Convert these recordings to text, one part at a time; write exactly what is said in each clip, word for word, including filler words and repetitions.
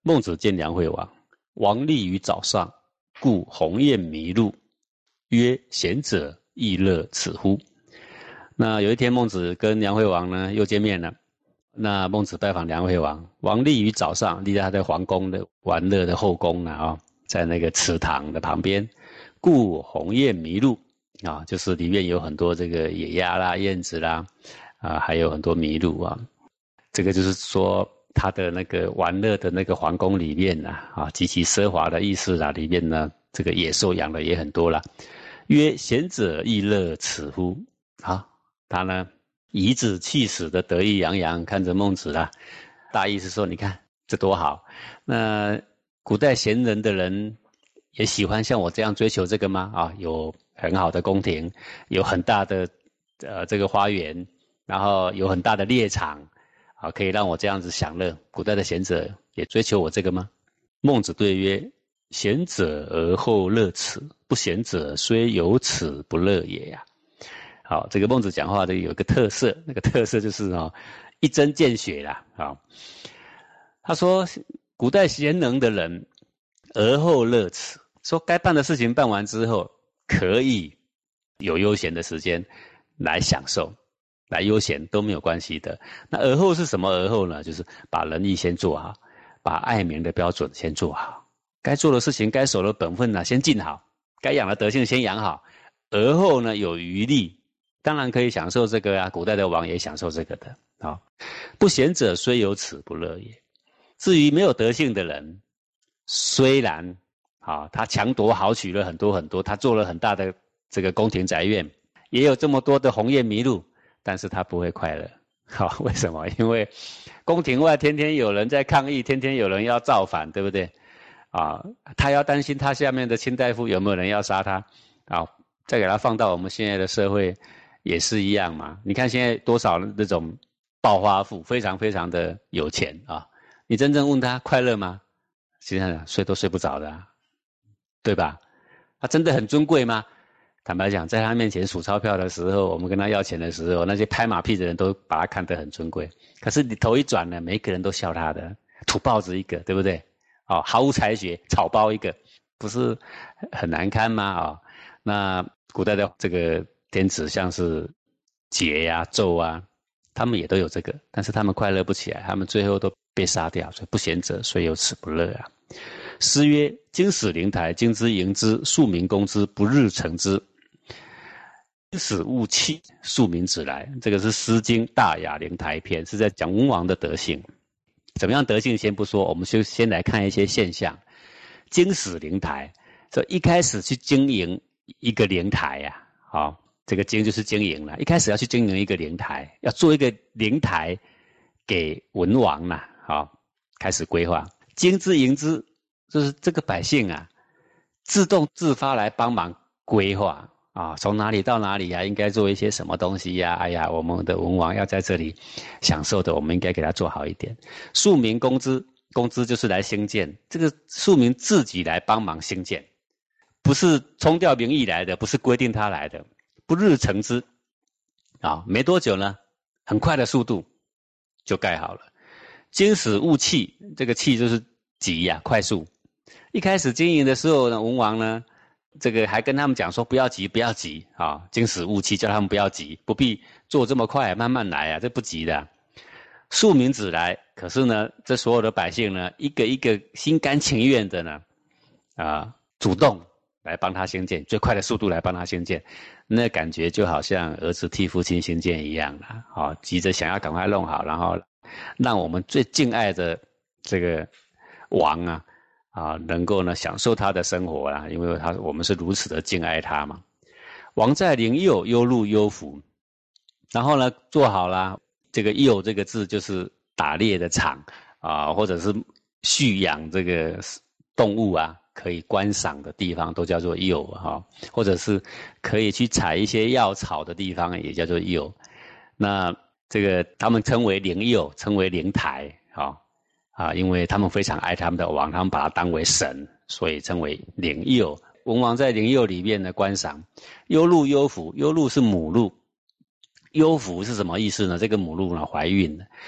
孟子见梁惠王，王立于早上，故鸿雁迷路，曰：贤者亦乐此乎？那有一天孟子跟梁惠王呢又见面了，那孟子拜访梁惠王，王立于早上，立在他的皇宫的玩乐的后宫啊、哦，在那个池塘的旁边，故鸿雁迷路啊，就是里面有很多这个野鸭啦、燕子啦，啊，还有很多麋鹿啊。这个就是说他的那个玩乐的那个皇宫里面呐，啊，极其奢华的意思啦，里面呢这个野兽养的也很多啦。曰：贤者亦乐此乎？啊，他呢颐指气使的得意洋洋看着孟子啦，大意是说，你看这多好。那古代贤人的人也喜欢像我这样追求这个吗？啊，有很好的宫廷，有很大的呃这个花园，然后有很大的猎场，啊，可以让我这样子享乐。古代的贤者也追求我这个吗？孟子对曰：贤者而后乐此，不贤者虽有此不乐也呀、啊。好，这个孟子讲话的有一个特色，那个特色就是哦，一针见血啦。好，他说古代贤能的人而后乐此，说该办的事情办完之后，可以有悠闲的时间来享受，来悠闲都没有关系的。那而后是什么而后呢？就是把仁义先做好，把爱民的标准先做好，该做的事情该守的本分呢先尽好，该养的德性先养好，而后呢有余力当然可以享受这个啊，古代的王也享受这个的啊、哦。不贤者虽有此不乐也。至于没有德性的人，虽然啊、哦、他强夺豪取了很多很多，他做了很大的这个宫廷宅院，也有这么多的鸿雁迷路，但是他不会快乐。好、哦，为什么？因为宫廷外天天有人在抗议，天天有人要造反，对不对？啊、哦，他要担心他下面的卿大夫有没有人要杀他啊、哦？再给他放到我们现在的社会。也是一样嘛，你看现在多少那种暴发户，非常非常的有钱啊！你真正问他快乐吗？实际上睡都睡不着的、啊，对吧？他真的很尊贵吗？坦白讲，在他面前数钞票的时候，我们跟他要钱的时候，那些拍马屁的人都把他看得很尊贵。可是你头一转呢，每一个人都笑他的，土包子一个，对不对？哦，毫无才学，草包一个，不是很难堪吗？啊、哦，那古代的这个。天子像是桀呀、纣啊，他们也都有这个，但是他们快乐不起来，他们最后都被杀掉。所以不贤者虽有此不乐啊。诗曰：经史灵台，经之营之，庶民攻之，不日成之。经史勿弃，庶民子来。这个是《诗经·大雅·灵台篇》，是在讲文王的德性。怎么样德性先不说，我们就先来看一些现象。经史灵台，所以一开始去经营一个灵台呀、啊，好、哦。这个经就是经营了，一开始要去经营一个灵台，要做一个灵台给文王啦，好、哦，开始规划。经之营之，就是这个百姓啊，自动自发来帮忙规划啊，从哪里到哪里啊，应该做一些什么东西呀、啊？哎呀，我们的文王要在这里享受的，我们应该给他做好一点。庶民攻之，攻之就是来兴建，这个庶民自己来帮忙兴建，不是冲调民意来的，不是规定他来的。不日成之，啊，没多久呢，很快的速度就盖好了。经史勿弃，这个弃就是急呀、啊，快速。一开始经营的时候呢，文王呢，这个还跟他们讲说不要急，不要急啊，经史勿弃，叫他们不要急，不必做这么快，慢慢来啊，这不急的、啊。庶民子来，可是呢，这所有的百姓呢，一个一个心甘情愿的呢，啊，主动来帮他兴建，最快的速度来帮他兴建。那感觉就好像儿子替父亲兴建一样啦，好、哦，急着想要赶快弄好，然后让我们最敬爱的这个王啊，啊，能够呢享受他的生活啦，因为他我们是如此的敬爱他嘛。王在陵右，忧禄忧福，然后呢做好了这个右这个字就是打猎的场啊，或者是蓄养这个动物啊。可以观赏的地方都叫做右哈，或者是可以去采一些药草的地方也叫做右。那这个他们称为灵右，称为灵台啊啊，因为他们非常爱他们的王，他们把他当为神，所以称为灵右。文王在灵右里面的观赏，忧禄忧福，忧禄是母鹿，忧福是什么意思呢？这个母鹿呢怀孕了，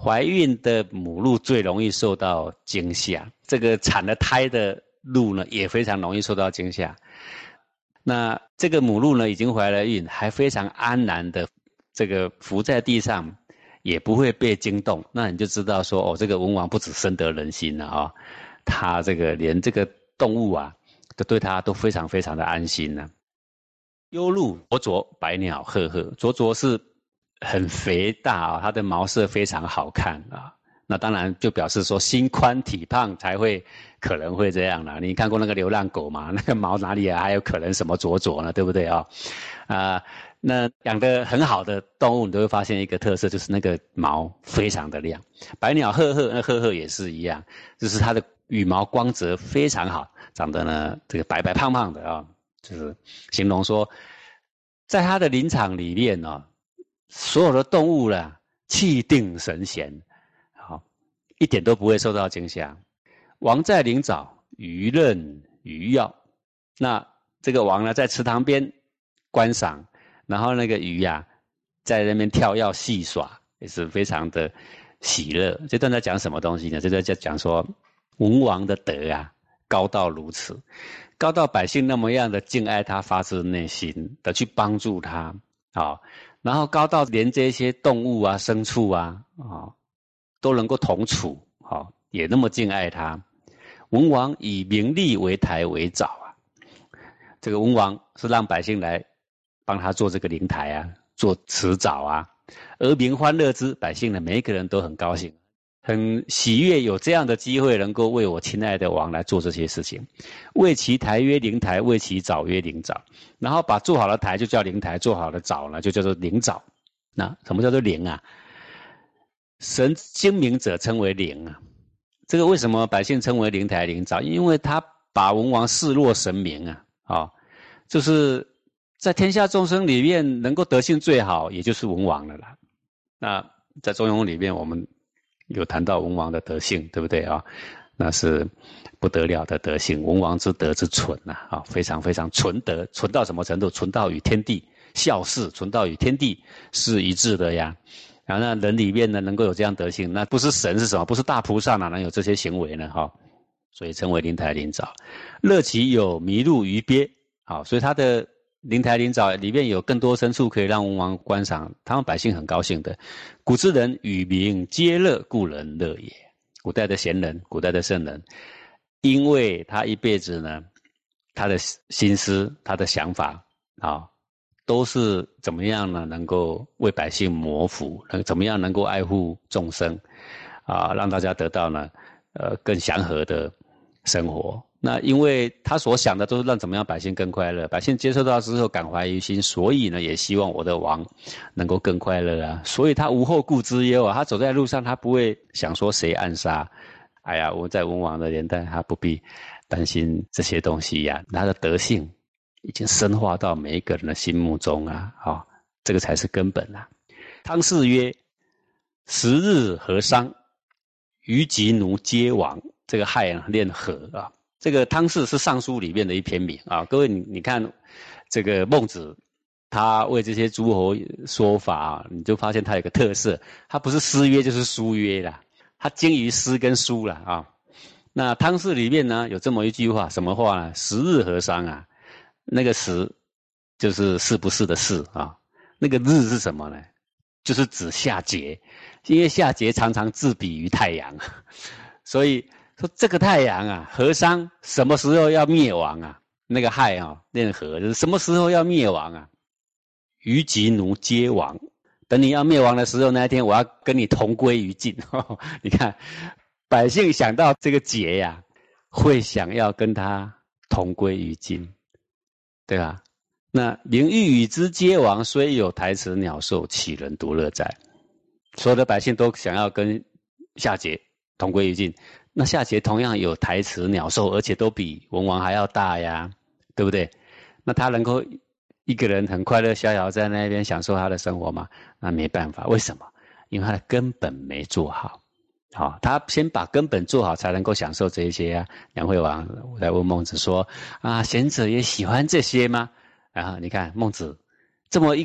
怀孕的母鹿最容易受到惊吓，这个产了胎的鹿呢，也非常容易受到惊吓。那这个母鹿呢，已经怀了孕，还非常安然的这个伏在地上，也不会被惊动。那你就知道说，哦，这个文王不只深得人心了啊、哦，他这个连这个动物啊，都对他都非常非常的安心呢、啊。幽鹿灼灼，百鸟赫赫。灼灼是很肥大啊、哦，它的毛色非常好看啊。那当然就表示说心宽体胖才会可能会这样啦。你看过那个流浪狗吗？那个毛哪里还有可能什么灼灼呢？对不对啊、哦？啊，那养得很好的动物，你都会发现一个特色，就是那个毛非常的亮。百鸟赫赫，那赫赫也是一样，就是它的羽毛光泽非常好，长得呢这个白白胖胖的啊、哦，就是形容说，在它的林场里面呢、哦，所有的动物啦，气定神闲。一点都不会受到惊吓。王在林沼，鱼任鱼跃。那这个王呢，在池塘边观赏，然后那个鱼呀、啊，在那边跳跃戏耍，也是非常的喜乐。这段在讲什么东西呢？这段在讲说文王的德啊，高到如此，高到百姓那么样的敬爱他，发自内心的去帮助他啊、哦，然后高到连这些动物啊、牲畜啊啊。哦都能够同处，好、哦，也那么敬爱他。文王以名利为台为藻啊，这个文王是让百姓来帮他做这个灵台啊，做池藻啊，而民欢乐之，百姓呢每一个人都很高兴，很喜悦，有这样的机会能够为我亲爱的王来做这些事情。为其台曰灵台，为其藻曰灵藻。然后把做好的台就叫灵台，做好的藻呢就叫做灵藻。那什么叫做灵啊？神精明者称为灵啊，这个为什么百姓称为灵台灵藻？因为他把文王视若神明啊，啊、哦，就是在天下众生里面能够德性最好，也就是文王了啦。那在《中庸》里面，我们有谈到文王的德性，对不对啊、哦？那是不得了的德性，文王之德之纯呐，啊、哦，非常非常纯德，纯到什么程度？纯到与天地孝事，纯到与天地是一致的呀。然后那人里面呢，能够有这样德性，那不是神是什么？不是大菩萨哪能有这些行为呢？哈、哦，所以称为灵台灵藻。乐其有麋鹿鱼鳖，好、哦，所以它的灵台灵藻里面有更多牲畜可以让文王观赏，他们百姓很高兴的。古之人与民皆乐，故人乐也。古代的贤人，古代的圣人，因为他一辈子呢，他的心思，他的想法啊。哦都是怎么样呢？能够为百姓谋福，能怎么样能够爱护众生，啊，让大家得到呢，呃，更祥和的生活。那因为他所想的都是让怎么样百姓更快乐，百姓接受到之后感怀于心，所以呢，也希望我的王能够更快乐啊。所以他无后顾之忧啊，他走在路上，他不会想说谁暗杀。哎呀，我在文王的年代，他不必担心这些东西呀、啊，他的德性已经深化到每一个人的心目中啊，好、哦，这个才是根本啊。汤氏曰：“十日和商，虞及奴皆亡。”这个亥啊，练和啊。这个汤氏是《尚书》里面的一篇名啊。各位你你看，这个孟子他为这些诸侯说法、啊，你就发现他有个特色，他不是诗约就是书约啦，他精于诗跟书啦啊。那汤氏里面呢有这么一句话，什么话呢？十日和商啊。那个时就是是不是的是啊，那个日是什么呢？就是指夏桀，因为夏桀常常自比于太阳，所以说这个太阳啊，和商什么时候要灭亡啊？那个亥啊，练和就是什么时候要灭亡啊？虞及奴皆亡，等你要灭亡的时候，那一天我要跟你同归于尽。你看，百姓想到这个桀呀、啊，会想要跟他同归于尽。对吧？那灵欲与之皆亡，虽有台池鸟兽，岂人独乐哉？所有的百姓都想要跟夏桀同归于尽。那夏桀同样有台池鸟兽，而且都比文王还要大呀，对不对？那他能够一个人很快乐逍遥在那边享受他的生活吗？那没办法，为什么？因为他的根本没做好。好、哦，他先把根本做好，才能够享受这一些啊。梁惠王来问孟子说：“啊，贤者也喜欢这些吗？”然后你看孟子这么一个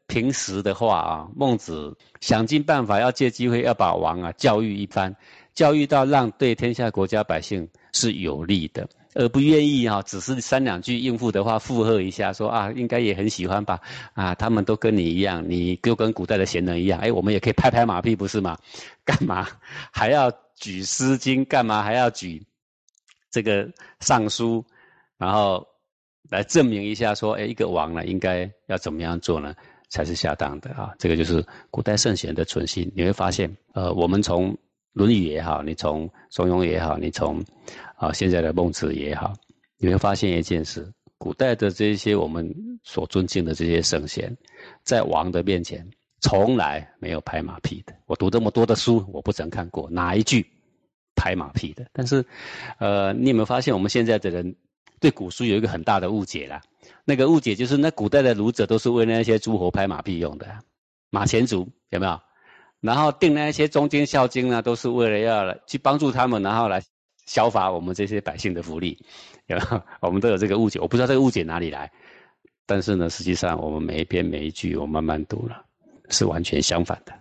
平时的话啊，孟子想尽办法要借机会要把王啊教育一番，教育到让对天下国家百姓是有利的，而不愿意哈、啊，只是三两句应付的话附和一下，说啊应该也很喜欢吧，啊他们都跟你一样，你就跟古代的贤人一样，哎我们也可以拍拍马屁不是吗？干嘛还要举诗经？干嘛还要举这个尚书？然后来证明一下说，哎一个王呢应该要怎么样做呢？才是恰当的啊！这个就是古代圣贤的存心。你会发现，呃，我们从《论语》也好，你从中庸也好，你从啊现在的孟子也好，你会发现一件事：古代的这些我们所尊敬的这些圣贤，在王的面前从来没有拍马屁的。我读这么多的书，我不曾看过哪一句拍马屁的。但是，呃，你有没有发现我们现在的人对古书有一个很大的误解啦？那个误解就是，那古代的儒者都是为那些诸侯拍马屁用的、啊，马前卒有没有？然后定那些忠经孝经呢，都是为了要来去帮助他们，然后来消伐我们这些百姓的福利，有没有？我们都有这个误解，我不知道这个误解哪里来，但是呢，实际上我们每一篇每一句，我慢慢读了，是完全相反的。